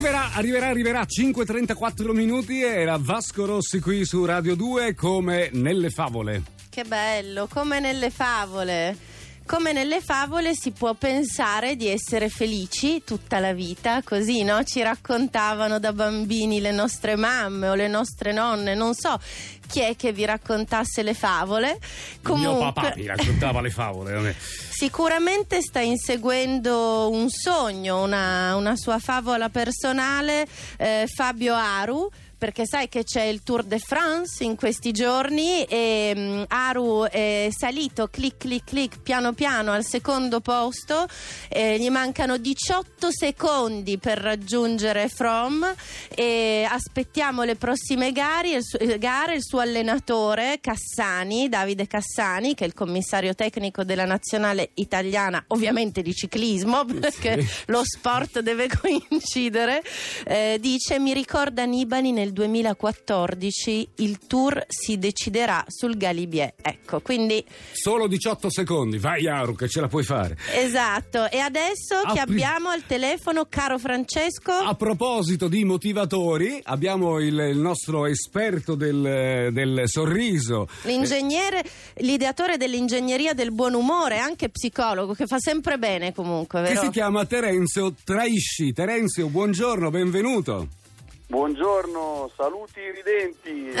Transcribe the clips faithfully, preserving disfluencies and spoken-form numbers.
Arriverà, arriverà, arriverà, cinque e trentaquattro minuti, era Vasco Rossi qui su Radio due, come nelle favole. Che bello, come nelle favole. Come nelle favole si può pensare di essere felici tutta la vita, così, no? Ci raccontavano da bambini le nostre mamme o le nostre nonne, non so chi è che vi raccontasse le favole. Comunque, mio papà mi raccontava le favole. Non è... Sicuramente sta inseguendo un sogno, una, una sua favola personale, eh, Fabio Aru, perché sai che c'è il Tour de France in questi giorni e um, Aru è salito clic clic clic piano piano al secondo posto, eh, gli mancano diciotto secondi per raggiungere From e aspettiamo le prossime gare, il, su- gare, il suo allenatore Cassani, Davide Cassani, che è il commissario tecnico della nazionale italiana, ovviamente di ciclismo, perché sì, lo sport deve coincidere, eh, dice: mi ricorda Nibali nel duemilaquattordici, il Tour si deciderà sul Galibier. Ecco, quindi solo diciotto secondi, vai Aru che ce la puoi fare. Esatto. E adesso Apri... che abbiamo al telefono, caro Francesco, a proposito di motivatori, abbiamo il, il nostro esperto del, del sorriso, l'ingegnere, l'ideatore dell'ingegneria del buon umore, anche psicologo, che fa sempre bene comunque, vero? Che si chiama Terenzio Traisci. Terenzio, buongiorno, benvenuto. Buongiorno, saluti ridenti.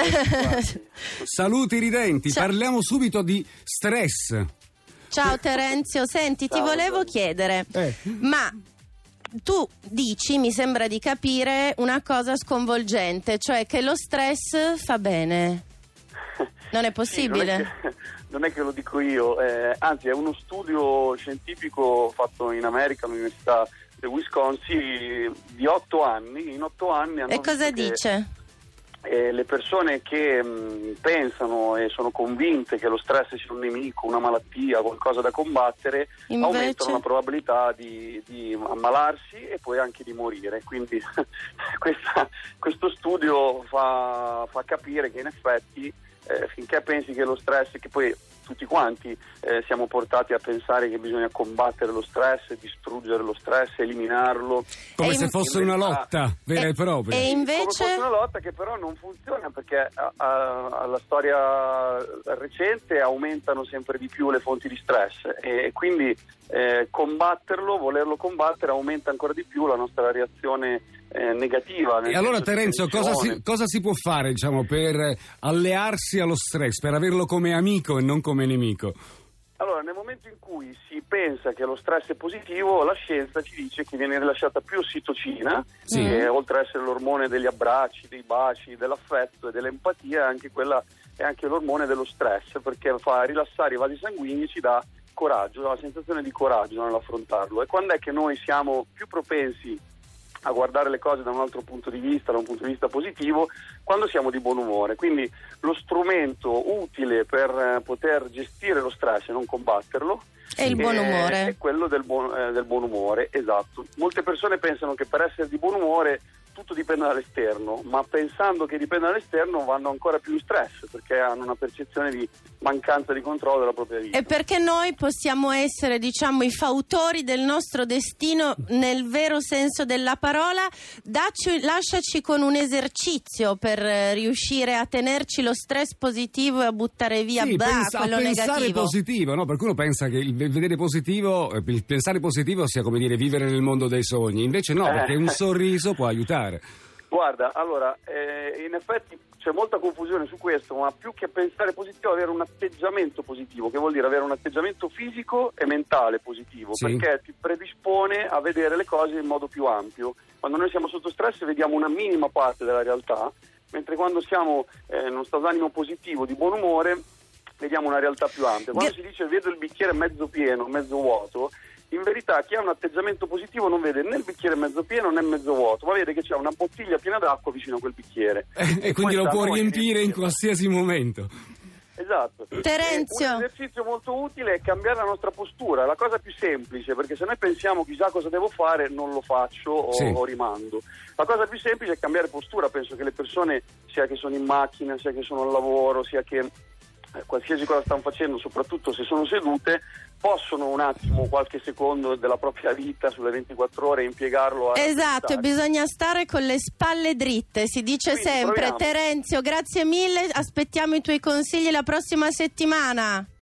Saluti ridenti. Ciao. Parliamo subito di stress. Ciao Terenzio, senti, Ciao, ti volevo ciao. chiedere, Eh. ma tu dici, mi sembra di capire, una cosa sconvolgente, cioè che lo stress fa bene. Non è possibile? Sì, non, è che, non è che lo dico io, eh, anzi è uno studio scientifico fatto in America all'Università del Wisconsin di otto anni. In otto anni hanno E cosa visto che, dice? eh, le persone che mh, pensano e sono convinte che lo stress sia un nemico, una malattia, qualcosa da combattere, Invece... aumentano la probabilità di, di ammalarsi e poi anche di morire. Quindi questa, questo studio fa, fa capire che in effetti eh, finché pensi che lo stress, che poi tutti quanti eh, siamo portati a pensare che bisogna combattere lo stress, distruggere lo stress, eliminarlo, come e se in... fosse una lotta vera e propria. E invece... come fosse una lotta che però non funziona, perché a, a, alla storia recente aumentano sempre di più le fonti di stress e quindi eh, combatterlo, volerlo combattere, aumenta ancora di più la nostra reazione eh, negativa. E allora Terenzio, cosa si, cosa si può fare, diciamo, per allearsi allo stress, per averlo come amico e non come nemico? Allora, nel momento in cui si pensa che lo stress è positivo, la scienza ci dice che viene rilasciata più ossitocina, sì, che oltre ad essere l'ormone degli abbracci, dei baci, dell'affetto e dell'empatia, è anche quella è anche l'ormone dello stress, perché fa rilassare i vasi sanguigni, ci dà coraggio, la sensazione di coraggio nell'affrontarlo. E quando è che noi siamo più propensi a guardare le cose da un altro punto di vista, da un punto di vista positivo, quando siamo di buon umore. Quindi lo strumento utile per eh, poter gestire lo stress e non combatterlo è il buon umore. È, è quello del buon, eh, del buon umore, esatto. Molte persone pensano che per essere di buon umore tutto dipende dall'esterno, ma pensando che dipenda dall'esterno vanno ancora più in stress, perché hanno una percezione di mancanza di controllo della propria vita. E perché noi possiamo essere, diciamo, i fautori del nostro destino nel vero senso della parola. Dacci, lasciaci con un esercizio per eh, riuscire a tenerci lo stress positivo e a buttare via sì, bah, pensa, quello a pensare negativo. positivo, no? Perché uno pensa che il vedere positivo, il pensare positivo sia come dire vivere nel mondo dei sogni, invece no, perché un sorriso può aiutare. Guarda, allora, eh, in effetti c'è molta confusione su questo, ma più che pensare positivo, avere un atteggiamento positivo, che vuol dire avere un atteggiamento fisico e mentale positivo, sì, perché ti predispone a vedere le cose in modo più ampio. Quando noi siamo sotto stress vediamo una minima parte della realtà, mentre quando siamo eh, in uno stato d'animo positivo, di buon umore, vediamo una realtà più ampia. Quando si dice vedo il bicchiere mezzo pieno, mezzo vuoto, in verità chi ha un atteggiamento positivo non vede né il bicchiere mezzo pieno né mezzo vuoto, ma vede che c'è una bottiglia piena d'acqua vicino a quel bicchiere. E, e quindi lo può riempire in qualsiasi momento. Esatto. Terenzio. Un esercizio molto utile è cambiare la nostra postura, la cosa più semplice, perché se noi pensiamo chissà cosa devo fare, non lo faccio o, sì, o rimando. La cosa più semplice è cambiare postura. Penso che le persone, sia che sono in macchina, sia che sono al lavoro, sia che eh, qualsiasi cosa stanno facendo, soprattutto se sono sedute, possono un attimo, qualche secondo della propria vita sulle ventiquattro ore impiegarlo a esatto, e bisogna stare con le spalle dritte, si dice Quindi, sempre. proviamo. Terenzio, grazie mille, aspettiamo i tuoi consigli la prossima settimana.